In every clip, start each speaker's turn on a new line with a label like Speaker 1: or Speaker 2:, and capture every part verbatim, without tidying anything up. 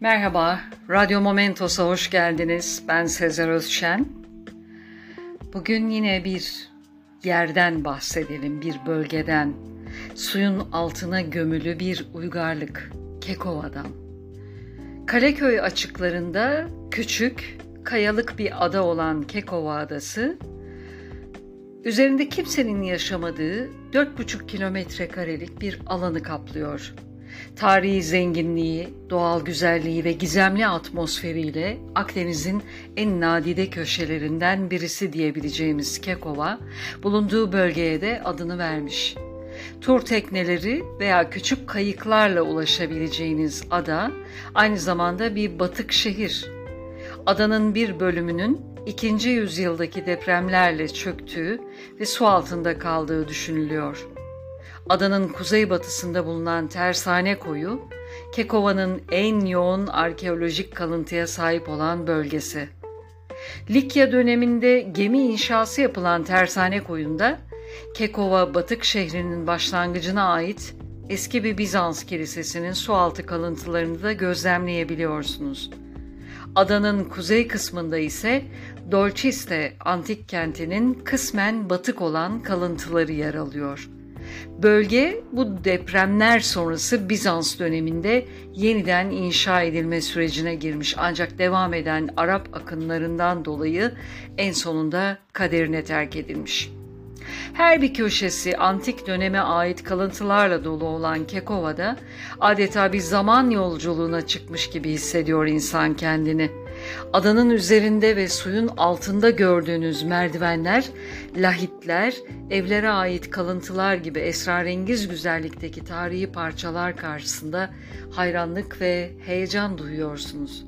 Speaker 1: Merhaba, Radyo Momentos'a hoş geldiniz. Ben Sezer Özşen. Bugün yine bir yerden bahsedelim, bir bölgeden. Suyun altına gömülü bir uygarlık, Kekova'dan. Kaleköy açıklarında küçük, kayalık bir ada olan Kekova Adası, üzerinde kimsenin yaşamadığı dört buçuk kilometre karelik bir alanı kaplıyor. Tarihi zenginliği, doğal güzelliği ve gizemli atmosferiyle Akdeniz'in en nadide köşelerinden birisi diyebileceğimiz Kekova, bulunduğu bölgeye de adını vermiş. Tur tekneleri veya küçük kayıklarla ulaşabileceğiniz ada, aynı zamanda bir batık şehir. Adanın bir bölümünün ikinci yüzyıldaki depremlerle çöktüğü ve su altında kaldığı düşünülüyor. Adanın kuzeybatısında bulunan Tersane Koyu, Kekova'nın en yoğun arkeolojik kalıntıya sahip olan bölgesi. Likya döneminde gemi inşası yapılan Tersane Koyu'nda, Kekova Batık şehrinin başlangıcına ait eski bir Bizans kilisesinin sualtı kalıntılarını da gözlemleyebiliyorsunuz. Adanın kuzey kısmında ise Dolciste antik kentinin kısmen batık olan kalıntıları yer alıyor. Bölge bu depremler sonrası Bizans döneminde yeniden inşa edilme sürecine girmiş, ancak devam eden Arap akınlarından dolayı en sonunda kaderine terk edilmiş. Her bir köşesi antik döneme ait kalıntılarla dolu olan Kekova'da adeta bir zaman yolculuğuna çıkmış gibi hissediyor insan kendini. Adanın üzerinde ve suyun altında gördüğünüz merdivenler, lahitler, evlere ait kalıntılar gibi esrarengiz güzellikteki tarihi parçalar karşısında hayranlık ve heyecan duyuyorsunuz.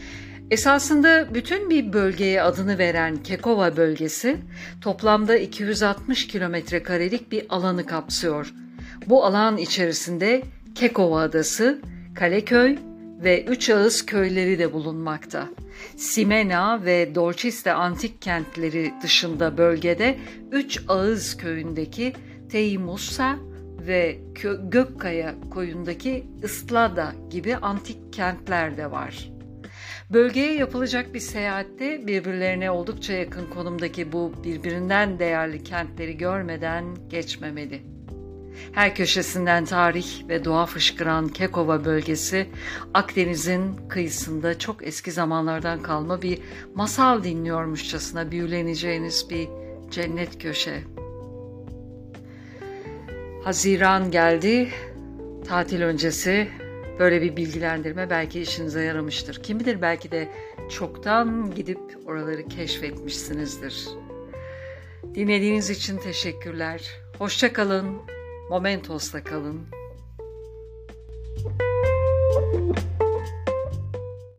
Speaker 1: Esasında bütün bir bölgeye adını veren Kekova bölgesi toplamda iki yüz altmış kilometre karelik bir alanı kapsıyor. Bu alan içerisinde Kekova Adası, Kaleköy ve Üç Ağız köyleri de bulunmakta. Simena ve Dolciste antik kentleri dışında bölgede Üç Ağız köyündeki Teimussa ve Gökkaya koyundaki Istlada gibi antik kentler de var. Bölgeye yapılacak bir seyahatte birbirlerine oldukça yakın konumdaki bu birbirinden değerli kentleri görmeden geçmemeli. Her köşesinden tarih ve doğa fışkıran Kekova bölgesi, Akdeniz'in kıyısında çok eski zamanlardan kalma bir masal dinliyormuşçasına büyüleneceğiniz bir cennet köşe. Haziran geldi, tatil öncesi. Böyle bir bilgilendirme belki işinize yaramıştır. Kim bilir, belki de çoktan gidip oraları keşfetmişsinizdir. Dinlediğiniz için teşekkürler. Hoşça kalın. Momentos'ta kalın.